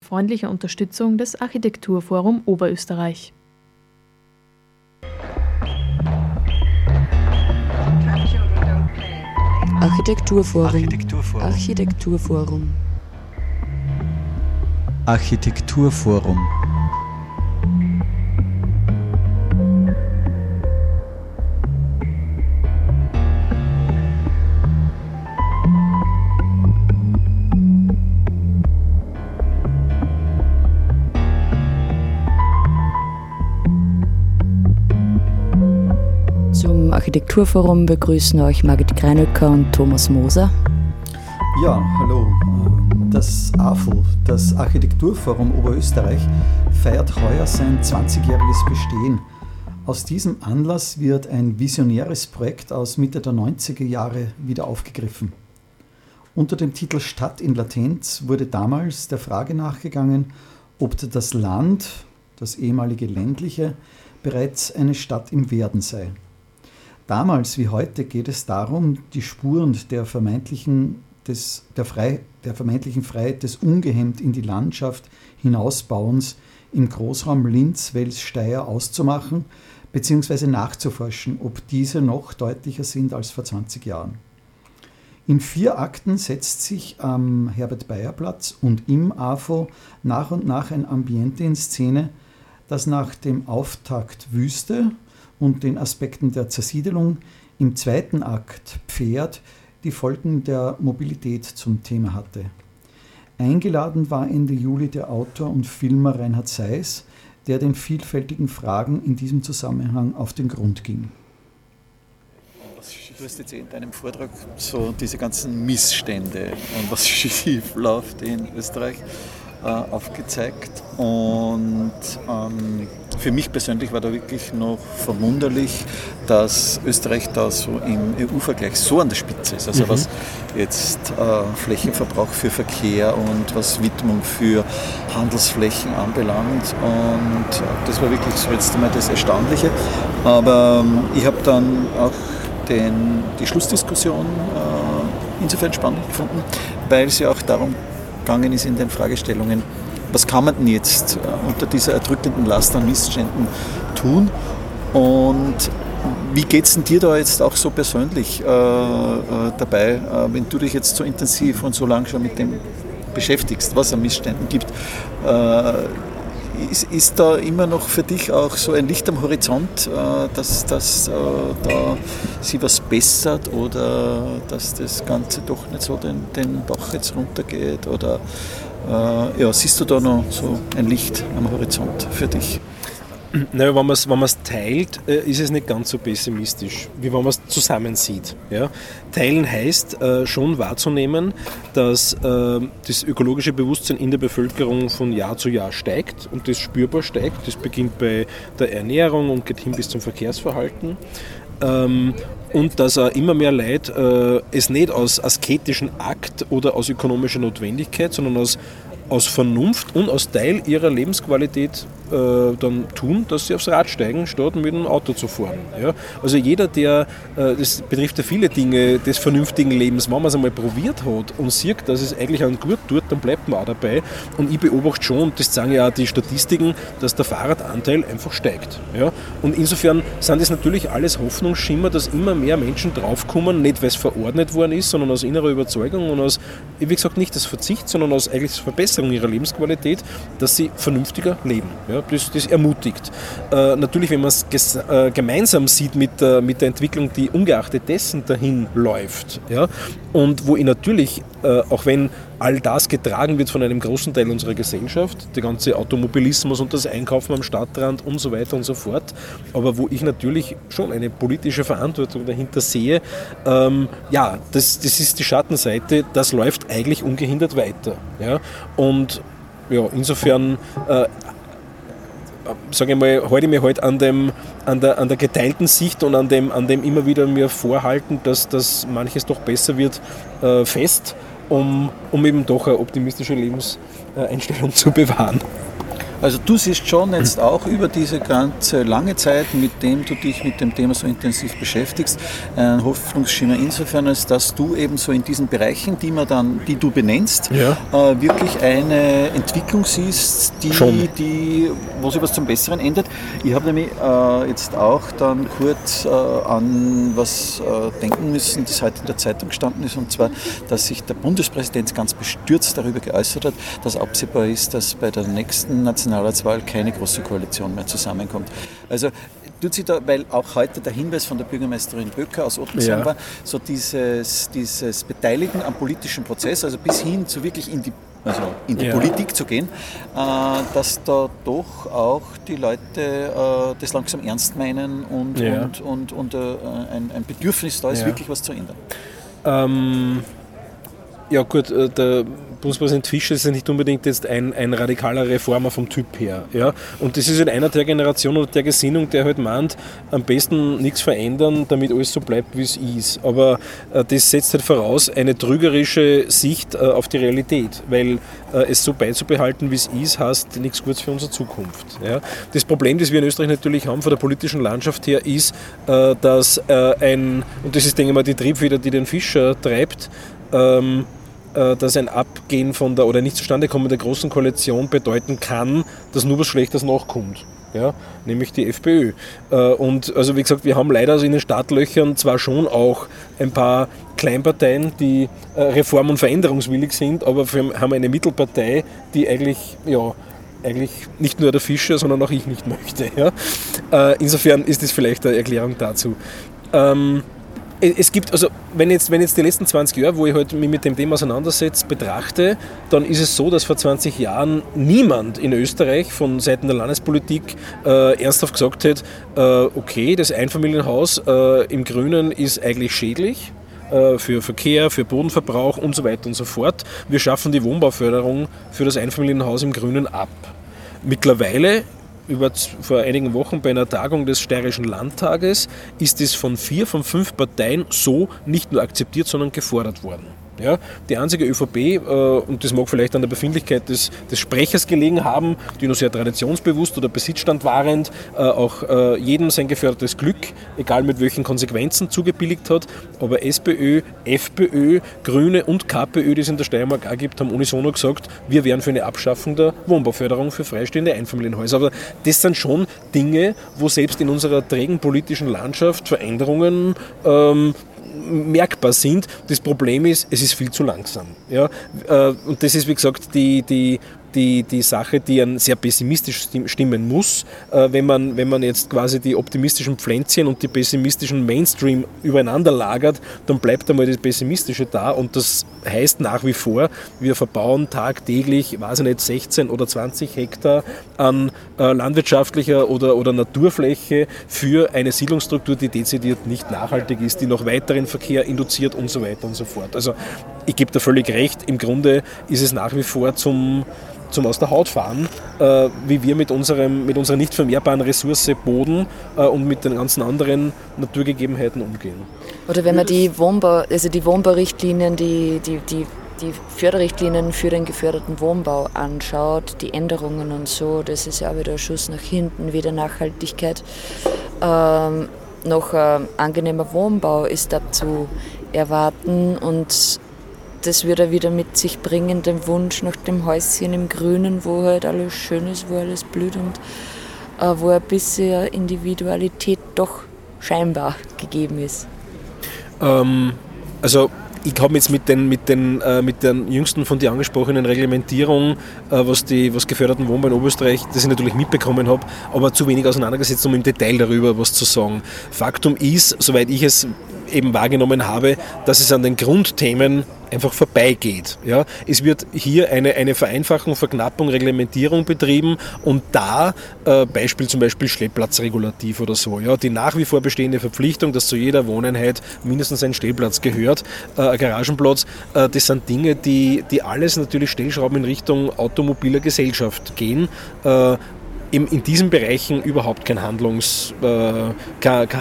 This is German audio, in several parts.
freundlicher Unterstützung des Architekturforum Oberösterreich. Architekturforum. Architekturforum. Zum Architekturforum begrüßen euch Margit Greinöcker und Thomas Moser. Ja, hallo. Das AFO, das Architekturforum Oberösterreich, feiert heuer sein 20-jähriges Bestehen. Aus diesem Anlass wird ein visionäres Projekt aus Mitte der 90er Jahre wieder aufgegriffen. Unter dem Titel Stadt in Latenz wurde damals der Frage nachgegangen, ob das Land, das ehemalige ländliche, bereits eine Stadt im Werden sei. Damals wie heute geht es darum, die Spuren der vermeintlichen Freiheit des ungehemmt in die Landschaft hinausbauens im Großraum Linz, Wels, Steyr auszumachen bzw. nachzuforschen, ob diese noch deutlicher sind als vor 20 Jahren. In 4 Akten setzt sich am Herbert-Bayer-Platz und im AFO nach und nach ein Ambiente in Szene, das nach dem Auftakt Wüste und den Aspekten der Zersiedelung im 2. Akt Pferd die Folgen der Mobilität zum Thema hatte. Eingeladen war Ende Juli der Autor und Filmer Reinhard Seiss, der den vielfältigen Fragen in diesem Zusammenhang auf den Grund ging. Du hast jetzt in deinem Vortrag so diese ganzen Missstände und was schief läuft in Österreich aufgezeigt. Und für mich persönlich war da wirklich noch verwunderlich, dass Österreich da so im EU-Vergleich so an der Spitze ist. Also was jetzt Flächenverbrauch für Verkehr und was Widmung für Handelsflächen anbelangt. Und das war wirklich so jetzt einmal das Erstaunliche. Aber ich habe dann auch die Schlussdiskussion insofern spannend gefunden, weil es ja auch darum gegangen ist in den Fragestellungen, was kann man denn jetzt unter dieser erdrückenden Last an Missständen tun und wie geht es denn dir da jetzt auch so persönlich dabei, wenn du dich jetzt so intensiv und so lange schon mit dem beschäftigst, was es an Missständen gibt? Ist da immer noch für dich auch so ein Licht am Horizont, dass da sich was bessert oder dass das Ganze doch nicht so den Bach jetzt runtergeht? Oder siehst du da noch so ein Licht am Horizont für dich? Naja, wenn man es teilt, ist es nicht ganz so pessimistisch, wie wenn man es zusammen sieht. Ja? Teilen heißt schon wahrzunehmen, dass das ökologische Bewusstsein in der Bevölkerung von Jahr zu Jahr steigt und das spürbar steigt. Das beginnt bei der Ernährung und geht hin bis zum Verkehrsverhalten. Und dass immer mehr Leute es nicht aus asketischen Akt oder aus ökonomischer Notwendigkeit, sondern aus Vernunft und aus Teil ihrer Lebensqualität dann tun, dass sie aufs Rad steigen, statt mit dem Auto zu fahren. Ja? Also jeder, das betrifft ja viele Dinge des vernünftigen Lebens, wenn man es einmal probiert hat und sieht, dass es eigentlich einen gut tut, dann bleibt man auch dabei. Und ich beobachte schon, und das sagen ja auch die Statistiken, dass der Fahrradanteil einfach steigt. Ja? Und insofern sind das natürlich alles Hoffnungsschimmer, dass immer mehr Menschen draufkommen, nicht weil es verordnet worden ist, sondern aus innerer Überzeugung und aus, wie gesagt, nicht aus Verzicht, sondern aus eigentlich Verbesserung ihrer Lebensqualität, dass sie vernünftiger leben. Ja? Das ermutigt. Natürlich, wenn man es gemeinsam sieht mit der Entwicklung, die ungeachtet dessen dahin läuft. Ja? Und wo ich natürlich, auch wenn all das getragen wird von einem großen Teil unserer Gesellschaft, der ganze Automobilismus und das Einkaufen am Stadtrand und so weiter und so fort, aber wo ich natürlich schon eine politische Verantwortung dahinter sehe, das ist die Schattenseite, das läuft eigentlich ungehindert weiter. Ja? Und ja, insofern sage ich mal, halte ich mich halt an der geteilten Sicht und an dem immer wieder mir vorhalten, dass manches doch besser wird, fest, um eben doch eine optimistische Lebenseinstellung zu bewahren. Also du siehst schon jetzt auch über diese ganze lange Zeit, mit dem du dich mit dem Thema so intensiv beschäftigst, einen Hoffnungsschimmer insofern, als dass du eben so in diesen Bereichen, die du benennst, wirklich eine Entwicklung siehst, wo sich was zum Besseren ändert. Ich habe nämlich jetzt auch dann kurz an was denken müssen, das heute in der Zeitung gestanden ist, und zwar, dass sich der Bundespräsident ganz bestürzt darüber geäußert hat, dass absehbar ist, dass bei der nächsten Nationalratswahl keine große Koalition mehr zusammenkommt. Also tut sich da, weil auch heute der Hinweis von der Bürgermeisterin Böcker aus Ottensheim war, so dieses Beteiligen am politischen Prozess, also bis hin zu wirklich in die Politik zu gehen, dass da doch auch die Leute das langsam ernst meinen und ein Bedürfnis da ist, wirklich was zu ändern. Ja gut, der Bundespräsident Fischer ist ja nicht unbedingt jetzt ein radikaler Reformer vom Typ her. Ja? Und das ist halt einer der Generation oder der Gesinnung, der halt meint, am besten nichts verändern, damit alles so bleibt, wie es ist. Aber das setzt halt voraus eine trügerische Sicht auf die Realität, weil es so beizubehalten, wie es ist, heißt nichts Gutes für unsere Zukunft. Ja? Das Problem, das wir in Österreich natürlich haben von der politischen Landschaft her, ist, dass und das ist, denke ich mal, die Triebfeder, die den Fischer treibt, dass ein Abgehen oder nicht zustande kommen der großen Koalition bedeuten kann, dass nur was Schlechtes nachkommt. Ja, nämlich die FPÖ. Und also wie gesagt, wir haben leider also in den Startlöchern zwar schon auch ein paar Kleinparteien, die reform- und veränderungswillig sind, aber wir haben eine Mittelpartei, die eigentlich nicht nur der Fischer, sondern auch ich nicht möchte. Ja? Insofern ist das vielleicht eine Erklärung dazu. Es gibt, also wenn jetzt die letzten 20 Jahre, wo ich halt mich mit dem Thema auseinandersetze, betrachte, dann ist es so, dass vor 20 Jahren niemand in Österreich von Seiten der Landespolitik ernsthaft gesagt hat, okay, das Einfamilienhaus im Grünen ist eigentlich schädlich für Verkehr, für Bodenverbrauch und so weiter und so fort. Wir schaffen die Wohnbauförderung für das Einfamilienhaus im Grünen ab. Mittlerweile, vor einigen Wochen bei einer Tagung des Steirischen Landtages, ist es von 4 von 5 Parteien so nicht nur akzeptiert, sondern gefordert worden. Ja, die einzige ÖVP, und das mag vielleicht an der Befindlichkeit des Sprechers gelegen haben, die nur sehr traditionsbewusst oder besitzstandwahrend auch jedem sein gefördertes Glück, egal mit welchen Konsequenzen, zugebilligt hat. Aber SPÖ, FPÖ, Grüne und KPÖ, die es in der Steiermark auch gibt, haben unisono gesagt, wir wären für eine Abschaffung der Wohnbauförderung für freistehende Einfamilienhäuser. Aber das sind schon Dinge, wo selbst in unserer trägen politischen Landschaft Veränderungen merkbar sind. Das Problem ist, es ist viel zu langsam. Ja? Und das ist, wie gesagt, die Sache, die einen sehr pessimistisch stimmen muss. Wenn man jetzt quasi die optimistischen Pflänzchen und die pessimistischen Mainstream übereinander lagert, dann bleibt einmal das Pessimistische da, und das heißt nach wie vor, wir verbauen tagtäglich, 16 oder 20 Hektar an landwirtschaftlicher oder Naturfläche für eine Siedlungsstruktur, die dezidiert nicht nachhaltig ist, die noch weiteren Verkehr induziert und so weiter und so fort. Also ich gebe da völlig recht, im Grunde ist es nach wie vor zum aus der Haut fahren, wie wir mit unserer nicht vermehrbaren Ressource Boden und mit den ganzen anderen Naturgegebenheiten umgehen. Oder wenn man die Wohnbaurichtlinien, die Förderrichtlinien für den geförderten Wohnbau anschaut, die Änderungen und so, das ist ja auch wieder ein Schuss nach hinten, weder Nachhaltigkeit noch angenehmer Wohnbau ist da zu erwarten, und das würde wieder mit sich bringen, den Wunsch nach dem Häuschen im Grünen, wo halt alles schön ist, wo alles blüht und wo ein bisschen Individualität doch scheinbar gegeben ist. Also ich habe jetzt mit der jüngsten von dir angesprochenen Reglementierung, was geförderten Wohnbau in Oberösterreich, das ich natürlich mitbekommen habe, aber zu wenig auseinandergesetzt, um im Detail darüber was zu sagen. Faktum ist, soweit ich es eben wahrgenommen habe, dass es an den Grundthemen einfach vorbeigeht. Ja? Es wird hier eine Vereinfachung, Verknappung, Reglementierung betrieben, und da zum Beispiel Stellplatzregulativ oder so, ja? Die nach wie vor bestehende Verpflichtung, dass zu jeder Wohneinheit mindestens ein Stellplatz gehört, ein Garagenplatz, das sind Dinge, die alles natürlich Stellschrauben in Richtung automobiler Gesellschaft gehen. In diesen Bereichen überhaupt keine Handlung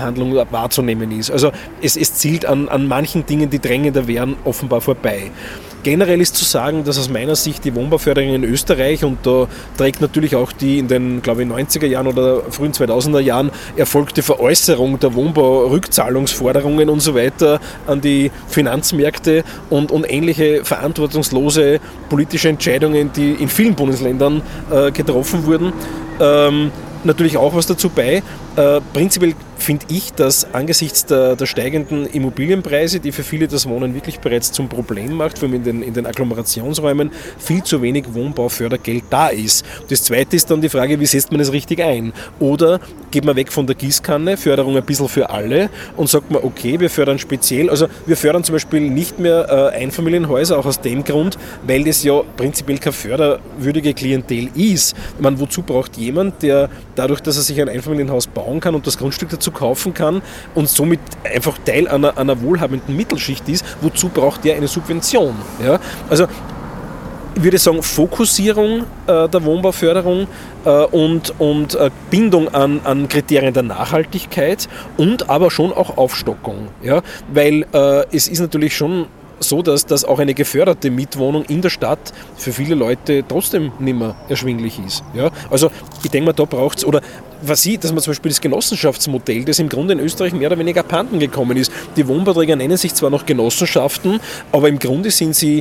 wahrzunehmen ist. Also es zielt an manchen Dingen, die drängender wären, offenbar vorbei. generell ist zu sagen, dass aus meiner Sicht die Wohnbauförderung in Österreich, und da trägt natürlich auch die in den, glaube ich, 90er Jahren oder frühen 2000er Jahren erfolgte Veräußerung der Wohnbau-Rückzahlungsforderungen und so weiter an die Finanzmärkte und ähnliche verantwortungslose politische Entscheidungen, die in vielen Bundesländern getroffen wurden, natürlich auch was dazu bei. Prinzipiell finde ich, dass angesichts der steigenden Immobilienpreise, die für viele das Wohnen wirklich bereits zum Problem macht, vor allem in den Agglomerationsräumen, viel zu wenig Wohnbaufördergeld da ist. Das Zweite ist dann die Frage, wie setzt man es richtig ein? Oder geht man weg von der Gießkanne, Förderung ein bisschen für alle und sagt man, okay, wir fördern speziell, also wir fördern zum Beispiel nicht mehr Einfamilienhäuser, auch aus dem Grund, weil das ja prinzipiell keine förderwürdige Klientel ist. Ich meine, wozu braucht jemand, der dadurch, dass er sich ein Einfamilienhaus bauen kann und das Grundstück dazu kaufen kann und somit einfach Teil einer wohlhabenden Mittelschicht ist, wozu braucht der eine Subvention? Ja? Also ich würde sagen, Fokussierung der Wohnbauförderung und Bindung an Kriterien der Nachhaltigkeit und aber schon auch Aufstockung. Ja? Weil es ist natürlich schon so, dass auch eine geförderte Mietwohnung in der Stadt für viele Leute trotzdem nicht mehr erschwinglich ist. Ja? Also ich denke mal, da braucht es, oder dass man zum Beispiel das Genossenschaftsmodell, das im Grunde in Österreich mehr oder weniger abhanden gekommen ist. Die Wohnbauträger nennen sich zwar noch Genossenschaften, aber im Grunde sind sie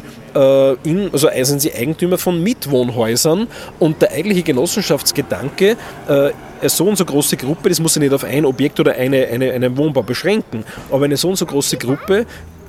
sind sie Eigentümer von Mietwohnhäusern, und der eigentliche Genossenschaftsgedanke, so und so große Gruppe, das muss sich nicht auf ein Objekt oder einen Wohnbau beschränken, aber eine so und so große Gruppe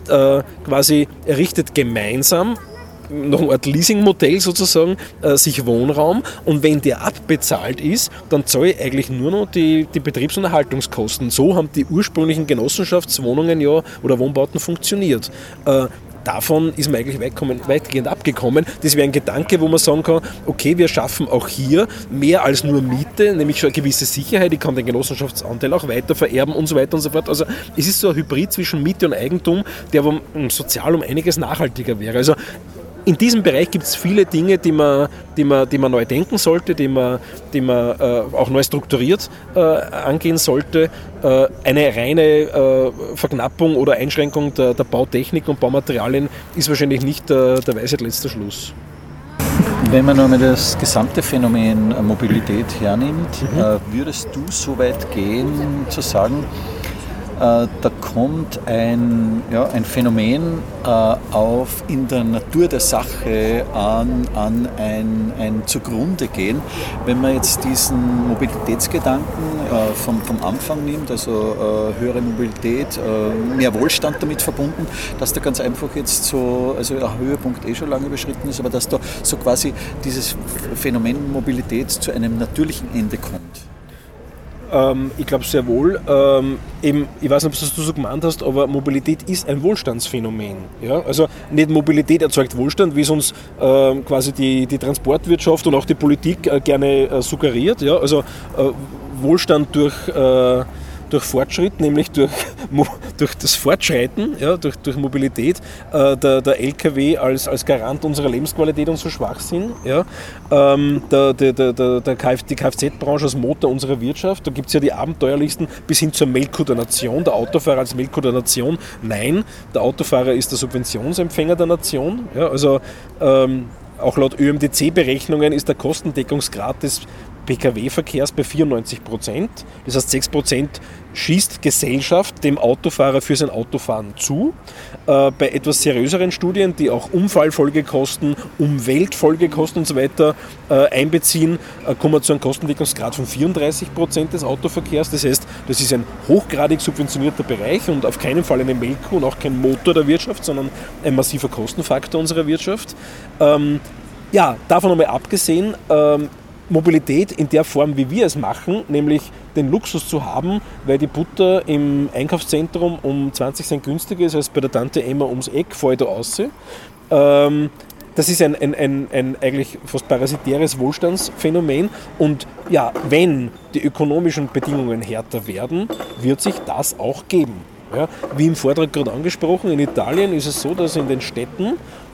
quasi errichtet gemeinsam noch eine Art Leasingmodell sozusagen, sich Wohnraum, und wenn der abbezahlt ist, dann zahle ich eigentlich nur noch die Betriebs- und Erhaltungskosten. So haben die ursprünglichen Genossenschaftswohnungen ja oder Wohnbauten funktioniert. Davon ist man eigentlich weitgehend abgekommen. Das wäre ein Gedanke, wo man sagen kann, okay, wir schaffen auch hier mehr als nur Miete, nämlich schon eine gewisse Sicherheit. Ich kann den Genossenschaftsanteil auch weiter vererben und so weiter und so fort. Also es ist so ein Hybrid zwischen Miete und Eigentum, der aber sozial um einiges nachhaltiger wäre. Also in diesem Bereich gibt es viele Dinge, die man neu denken sollte, die man auch neu strukturiert angehen sollte. Eine reine Verknappung oder Einschränkung der Bautechnik und Baumaterialien ist wahrscheinlich nicht der Weisheit letzter Schluss. Wenn man nochmal das gesamte Phänomen Mobilität hernimmt, würdest du so weit gehen, zu sagen, da kommt ein Phänomen auf in der Natur der Sache an ein zugrunde gehen. Wenn man jetzt diesen Mobilitätsgedanken vom Anfang nimmt, also höhere Mobilität, mehr Wohlstand damit verbunden, dass da ganz einfach jetzt so, also der Höhepunkt schon lange überschritten ist, aber dass da so quasi dieses Phänomen Mobilität zu einem natürlichen Ende kommt. Ich glaube sehr wohl. Ich weiß nicht, ob du so gemeint hast, aber Mobilität ist ein Wohlstandsphänomen. Ja? Also nicht Mobilität erzeugt Wohlstand, wie es uns quasi die Transportwirtschaft und auch die Politik gerne suggeriert. Ja? Also Wohlstand durch Fortschritt, nämlich durch das Fortschreiten, ja, durch Mobilität, der LKW als Garant unserer Lebensqualität und so Schwachsinn. Ja. Die Kfz-Branche als Motor unserer Wirtschaft, da gibt es ja die abenteuerlichsten bis hin zur Melkkuh der Nation, der Autofahrer als Melkkuh der Nation. Nein, der Autofahrer ist der Subventionsempfänger der Nation. Ja. Also auch laut ÖMDC-Berechnungen ist der Kostendeckungsgrad des Pkw-Verkehrs bei 94%. Das heißt, 6% schießt Gesellschaft dem Autofahrer für sein Autofahren zu. Bei etwas seriöseren Studien, die auch Unfallfolgekosten, Umweltfolgekosten und so weiter einbeziehen, kommen wir zu einem Kostendeckungsgrad von 34% des Autoverkehrs. Das heißt, das ist ein hochgradig subventionierter Bereich und auf keinen Fall eine Melkkuh und auch kein Motor der Wirtschaft, sondern ein massiver Kostenfaktor unserer Wirtschaft. Davon einmal abgesehen, Mobilität in der Form, wie wir es machen, nämlich den Luxus zu haben, weil die Butter im Einkaufszentrum um 20 Cent günstiger ist als bei der Tante Emma ums Eck, fahre ich da raus. Das ist ein eigentlich fast parasitäres Wohlstandsphänomen, und ja, wenn die ökonomischen Bedingungen härter werden, wird sich das auch geben. Ja, wie im Vortrag gerade angesprochen, in Italien ist es so, dass in den Städten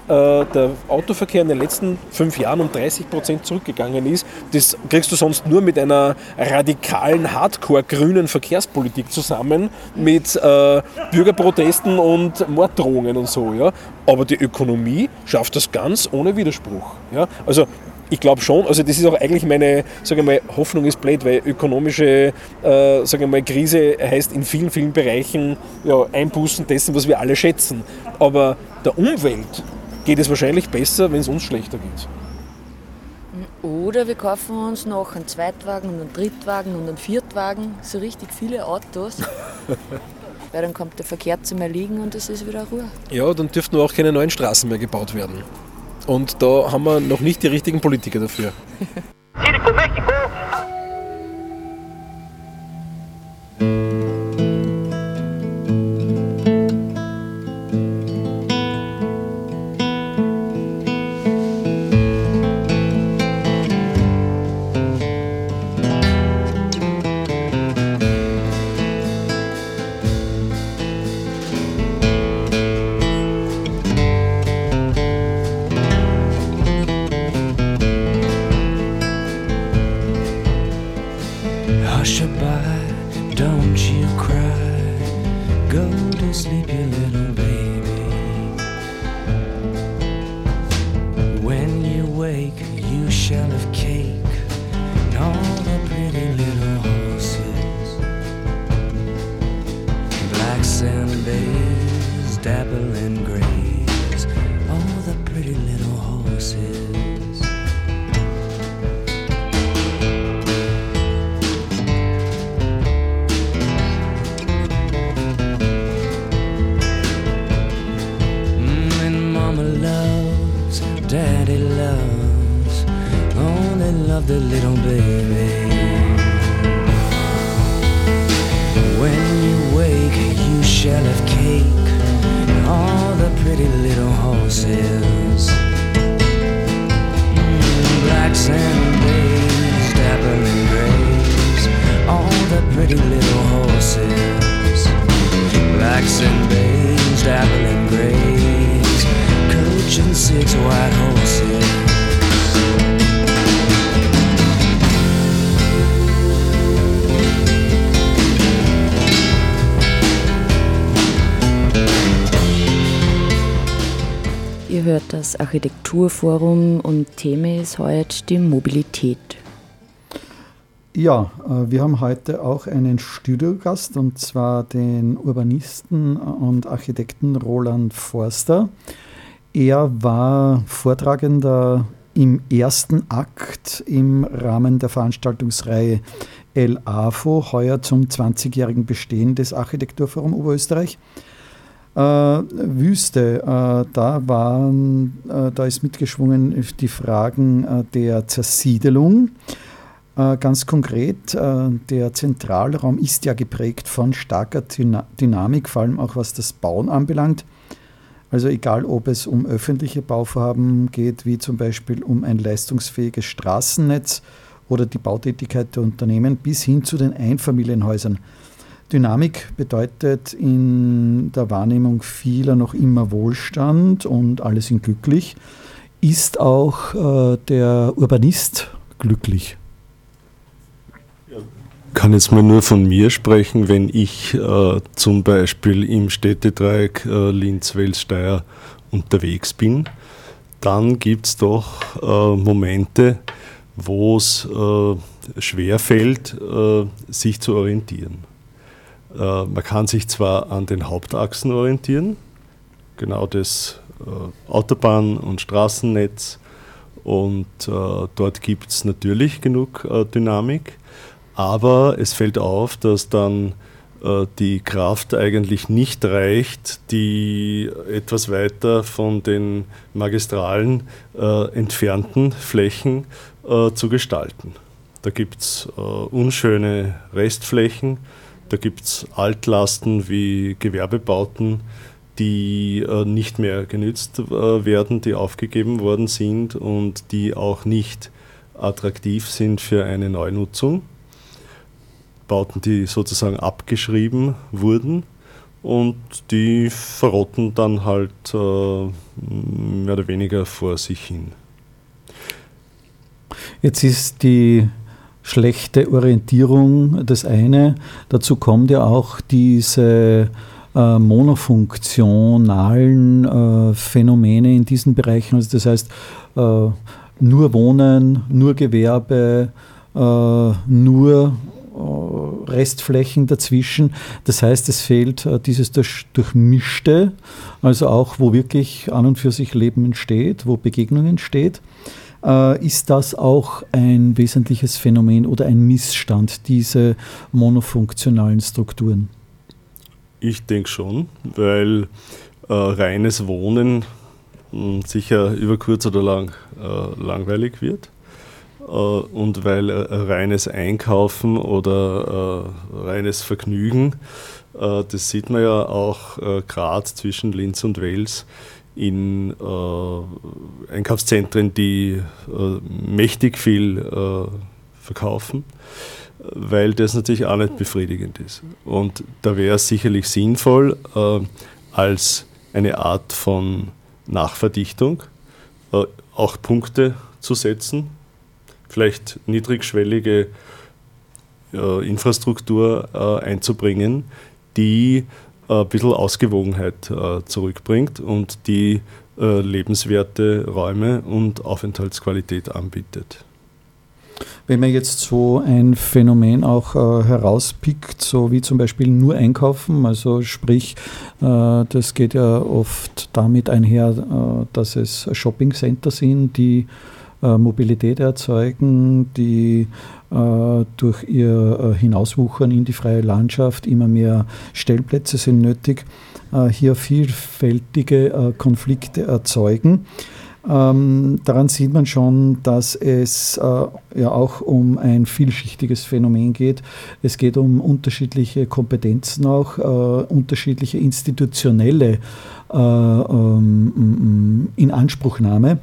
der Autoverkehr in den letzten 5 Jahren um 30% zurückgegangen ist, das kriegst du sonst nur mit einer radikalen, hardcore-grünen Verkehrspolitik zusammen, mit Bürgerprotesten und Morddrohungen und so. Ja? Aber die Ökonomie schafft das ganz ohne Widerspruch. Ja? Also ich glaube schon, also das ist auch eigentlich meine, sage ich mal, Hoffnung ist blöd, weil ökonomische, sage ich mal, Krise heißt in vielen, vielen Bereichen ja, Einbußen dessen, was wir alle schätzen. Aber der Umwelt geht es wahrscheinlich besser, wenn es uns schlechter geht. Oder wir kaufen uns noch einen Zweitwagen und einen Drittwagen und einen Viertwagen, so richtig viele Autos. Weil dann kommt der Verkehr zum Erliegen und es ist wieder Ruhe. Ja, dann dürften auch keine neuen Straßen mehr gebaut werden. Und da haben wir noch nicht die richtigen Politiker dafür. Hushaby, don't you cry. Go to sleep, you little baby. When you wake, you shall have cake and all the pretty little horses. Black Sundays, dappling grays, all the pretty little horses. Daddy loves, only love the little baby. When you wake, you shall have cake and all the pretty little horses. Black Sundays, dappling grays, all the pretty little horses. Black Sundays, dappling grays, coach and 6 white horses. Ihr hört das Architekturforum und Thema ist heute die Mobilität. Ja, wir haben heute auch einen Studiogast, und zwar den Urbanisten und Architekten Roland Forster. Er war Vortragender im ersten Akt im Rahmen der Veranstaltungsreihe El AFO, heuer zum 20-jährigen Bestehen des Architekturforum Oberösterreich. Wüste, da ist mitgeschwungen die Fragen der Zersiedelung. Ganz konkret, der Zentralraum ist ja geprägt von starker Dynamik, vor allem auch was das Bauen anbelangt. Also egal, ob es um öffentliche Bauvorhaben geht, wie zum Beispiel um ein leistungsfähiges Straßennetz oder die Bautätigkeit der Unternehmen, bis hin zu den Einfamilienhäusern. Dynamik bedeutet in der Wahrnehmung vieler noch immer Wohlstand und alle sind glücklich. Ist auch der Urbanist glücklich? Ich kann jetzt mal nur von mir sprechen, wenn ich zum Beispiel im Städtedreieck Linz-Wels-Steyr unterwegs bin, dann gibt es doch Momente, wo es schwerfällt, sich zu orientieren. Man kann sich zwar an den Hauptachsen orientieren, genau das Autobahn- und Straßennetz, und dort gibt es natürlich genug Dynamik. Aber es fällt auf, dass dann die Kraft eigentlich nicht reicht, die etwas weiter von den magistralen entfernten Flächen zu gestalten. Da gibt es unschöne Restflächen, da gibt es Altlasten wie Gewerbebauten, die nicht mehr genützt werden, die aufgegeben worden sind und die auch nicht attraktiv sind für eine Neunutzung. Bauten, die sozusagen abgeschrieben wurden und die verrotten dann halt mehr oder weniger vor sich hin. Jetzt ist die schlechte Orientierung das eine. Dazu kommt ja auch diese monofunktionalen Phänomene in diesen Bereichen. Also das heißt, nur Wohnen, nur Gewerbe, nur Restflächen dazwischen. Das heißt, es fehlt dieses Durchmischte, also auch, wo wirklich an und für sich Leben entsteht, wo Begegnung entsteht. Ist das auch ein wesentliches Phänomen oder ein Missstand, diese monofunktionalen Strukturen? Ich denke schon, weil reines Wohnen sicher über kurz oder lang langweilig wird und weil reines Einkaufen oder reines Vergnügen, das sieht man ja auch gerade zwischen Linz und Wels in Einkaufszentren, die mächtig viel verkaufen, weil das natürlich auch nicht befriedigend ist. Und da wäre es sicherlich sinnvoll, als eine Art von Nachverdichtung auch Punkte zu setzen, vielleicht niedrigschwellige Infrastruktur einzubringen, die ein bisschen Ausgewogenheit zurückbringt und die lebenswerte Räume und Aufenthaltsqualität anbietet. Wenn man jetzt so ein Phänomen auch herauspickt, so wie zum Beispiel nur einkaufen, also sprich, das geht ja oft damit einher, dass es Shoppingcenter sind, die Mobilität erzeugen, die durch ihr Hinauswuchern in die freie Landschaft immer mehr Stellplätze sind nötig, hier vielfältige Konflikte erzeugen. Daran sieht man schon, dass es ja auch um ein vielschichtiges Phänomen geht. Es geht um unterschiedliche Kompetenzen auch, unterschiedliche institutionelle Inanspruchnahme.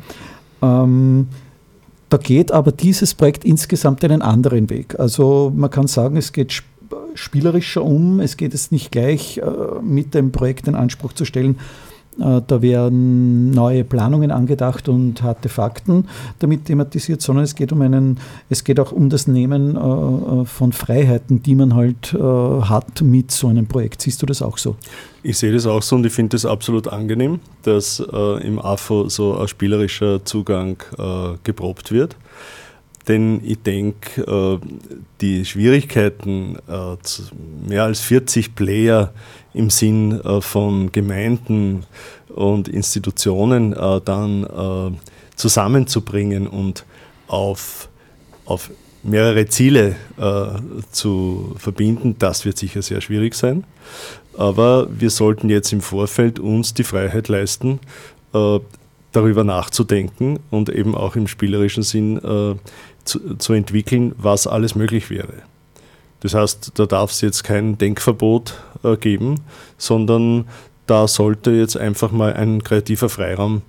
Da geht aber dieses Projekt insgesamt einen anderen Weg. Also man kann sagen, es geht spielerischer um, es geht es nicht gleich mit dem Projekt in Anspruch zu stellen. Da werden neue Planungen angedacht und harte Fakten damit thematisiert, sondern es geht auch um das Nehmen von Freiheiten, die man halt hat mit so einem Projekt. Siehst du das auch so? Ich sehe das auch so und ich finde es absolut angenehm, dass im AFO so ein spielerischer Zugang geprobt wird. Denn ich denke, die Schwierigkeiten, mehr als 40 Player im Sinn von Gemeinden und Institutionen dann zusammenzubringen und auf mehrere Ziele zu verbinden, das wird sicher sehr schwierig sein. Aber wir sollten jetzt im Vorfeld uns die Freiheit leisten, darüber nachzudenken und eben auch im spielerischen Sinn zu entwickeln, was alles möglich wäre. Das heißt, da darf es jetzt kein Denkverbot geben, sondern da sollte jetzt einfach mal ein kreativer Freiraum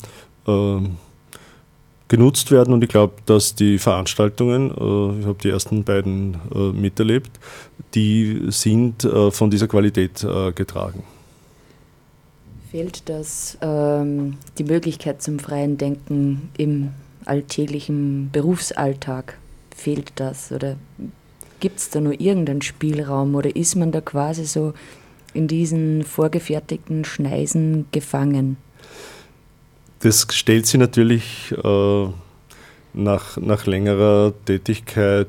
genutzt werden. Und ich glaube, dass die Veranstaltungen, ich habe die ersten beiden miterlebt, die sind von dieser Qualität getragen. Fehlt das die Möglichkeit zum freien Denken im alltäglichen Berufsalltag? Fehlt das? Oder gibt es da nur irgendeinen Spielraum? Oder ist man da quasi so in diesen vorgefertigten Schneisen gefangen? Das stellt sich natürlich nach längerer Tätigkeit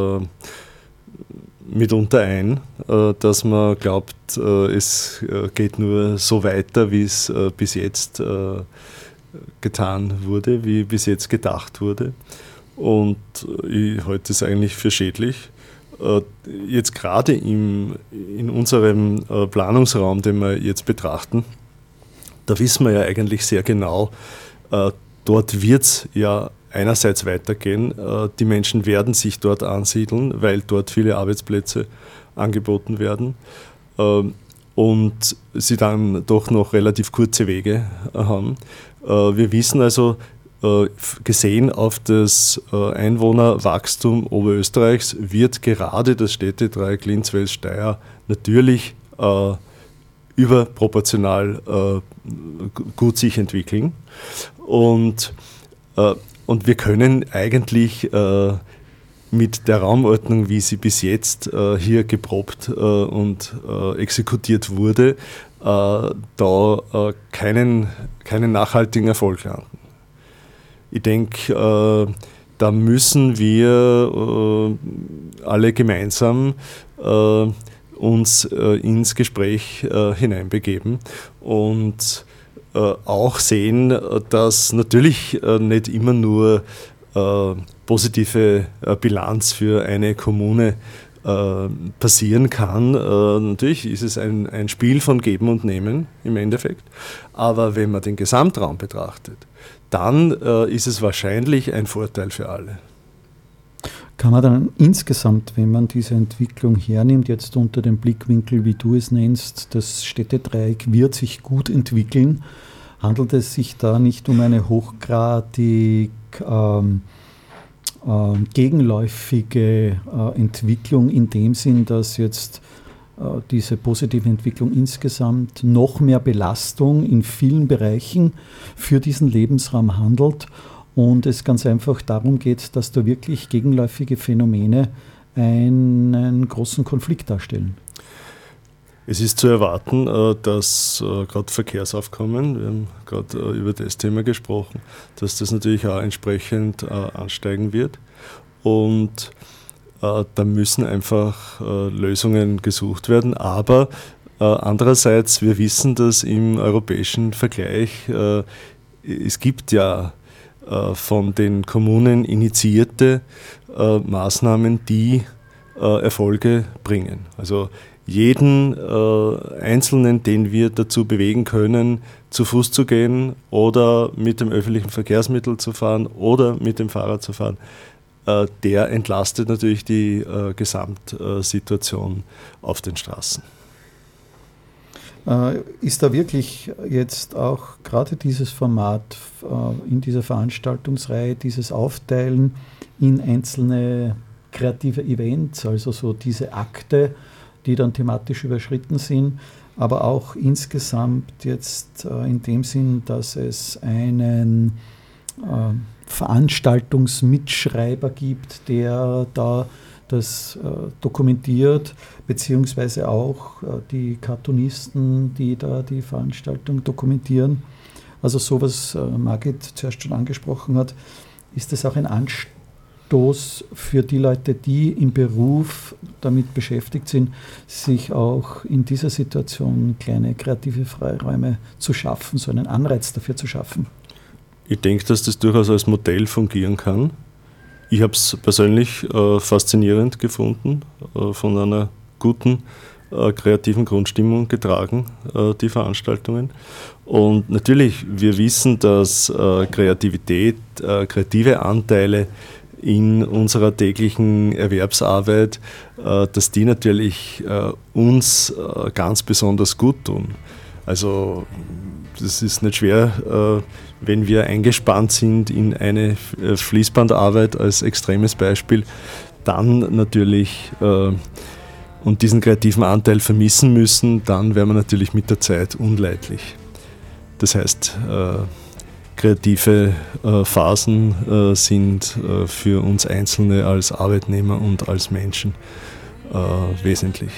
mitunter ein, dass man glaubt, es geht nur so weiter, wie es bis jetzt getan wurde, wie bis jetzt gedacht wurde. Und ich halte es eigentlich für schädlich. Jetzt gerade in unserem Planungsraum, den wir jetzt betrachten, da wissen wir ja eigentlich sehr genau, dort wird es ja einerseits weitergehen. Die Menschen werden sich dort ansiedeln, weil dort viele Arbeitsplätze angeboten werden und sie dann doch noch relativ kurze Wege haben. Wir wissen also, gesehen auf das Einwohnerwachstum Oberösterreichs wird gerade das Städtedreieck Linz-Wels-Steyr natürlich überproportional gut sich entwickeln. Und wir können eigentlich mit der Raumordnung, wie sie bis jetzt hier geprobt und exekutiert wurde, keinen nachhaltigen Erfolg landen. Ich denke, da müssen wir alle gemeinsam uns ins Gespräch hineinbegeben und auch sehen, dass natürlich nicht immer nur positive Bilanz für eine Kommune passieren kann. Natürlich ist es ein Spiel von Geben und Nehmen im Endeffekt, aber wenn man den Gesamtraum betrachtet, dann ist es wahrscheinlich ein Vorteil für alle. Kann man dann insgesamt, wenn man diese Entwicklung hernimmt, jetzt unter dem Blickwinkel, wie du es nennst, das Städtedreieck wird sich gut entwickeln, handelt es sich da nicht um eine hochgradig gegenläufige Entwicklung in dem Sinn, dass jetzt diese positive Entwicklung insgesamt noch mehr Belastung in vielen Bereichen für diesen Lebensraum handelt und es ganz einfach darum geht, dass da wirklich gegenläufige Phänomene einen großen Konflikt darstellen? Es ist zu erwarten, dass gerade Verkehrsaufkommen, wir haben gerade über das Thema gesprochen, dass das natürlich auch entsprechend ansteigen wird. Und da müssen einfach Lösungen gesucht werden. Aber andererseits, wir wissen, dass im europäischen Vergleich, es gibt ja von den Kommunen initiierte Maßnahmen, die Erfolge bringen. Also jeden Einzelnen, den wir dazu bewegen können, zu Fuß zu gehen oder mit dem öffentlichen Verkehrsmittel zu fahren oder mit dem Fahrrad zu fahren, der entlastet natürlich die Gesamtsituation auf den Straßen. Ist da wirklich jetzt auch gerade dieses Format in dieser Veranstaltungsreihe, dieses Aufteilen in einzelne kreative Events, also so diese Akte, die dann thematisch überschritten sind, aber auch insgesamt jetzt in dem Sinn, dass es einen Veranstaltungsmitschreiber gibt, der da das dokumentiert, beziehungsweise auch die Cartoonisten, die da die Veranstaltung dokumentieren. Also so, was Margit zuerst schon angesprochen hat, ist das auch ein Anstoß für die Leute, die im Beruf damit beschäftigt sind, sich auch in dieser Situation kleine kreative Freiräume zu schaffen, so einen Anreiz dafür zu schaffen? Ich denke, dass das durchaus als Modell fungieren kann. Ich habe es persönlich faszinierend gefunden, von einer guten, kreativen Grundstimmung getragen, die Veranstaltungen. Und natürlich, wir wissen, dass kreative Anteile in unserer täglichen Erwerbsarbeit, dass die natürlich uns ganz besonders gut tun. Also das ist nicht schwer, wenn wir eingespannt sind in eine Fließbandarbeit als extremes Beispiel, dann natürlich und diesen kreativen Anteil vermissen müssen, dann wäre man natürlich mit der Zeit unleidlich. Das heißt, kreative Phasen sind für uns Einzelne als Arbeitnehmer und als Menschen wesentlich.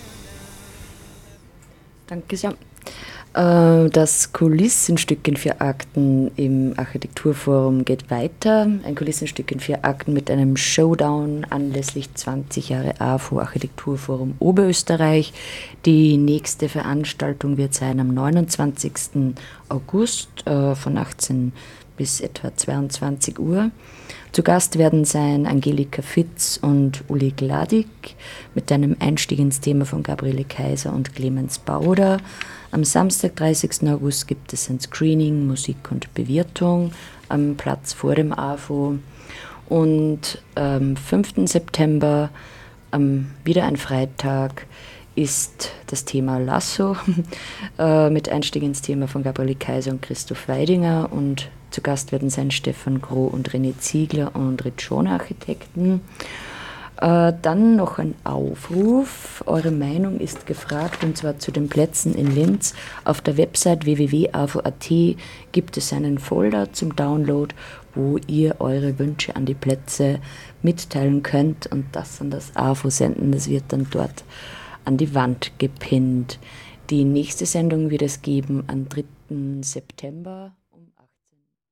Danke sehr. Das Kulissenstück in 4 Akten im Architekturforum geht weiter. Ein Kulissenstück in 4 Akten mit einem Showdown anlässlich 20 Jahre AFO Architekturforum Oberösterreich. Die nächste Veranstaltung wird sein am 29. August von 18 bis etwa 22 Uhr. Zu Gast werden sein Angelika Fitz und Uli Gladig mit einem Einstieg ins Thema von Gabriele Kaiser und Clemens Bauder. Am Samstag, 30. August, gibt es ein Screening, Musik und Bewirtung am Platz vor dem AFO. Und am 5. September, wieder ein Freitag, ist das Thema Lasso mit Einstieg ins Thema von Gabriele Kaiser und Christoph Weidinger. Und zu Gast werden sein Stefan Groh und René Ziegler und Ritschone Architekten. Dann noch ein Aufruf. Eure Meinung ist gefragt, und zwar zu den Plätzen in Linz. Auf der Website www.avo.at gibt es einen Folder zum Download, wo ihr eure Wünsche an die Plätze mitteilen könnt und das an das AVO senden. Das wird dann dort an die Wand gepinnt. Die nächste Sendung wird es geben am 3. September.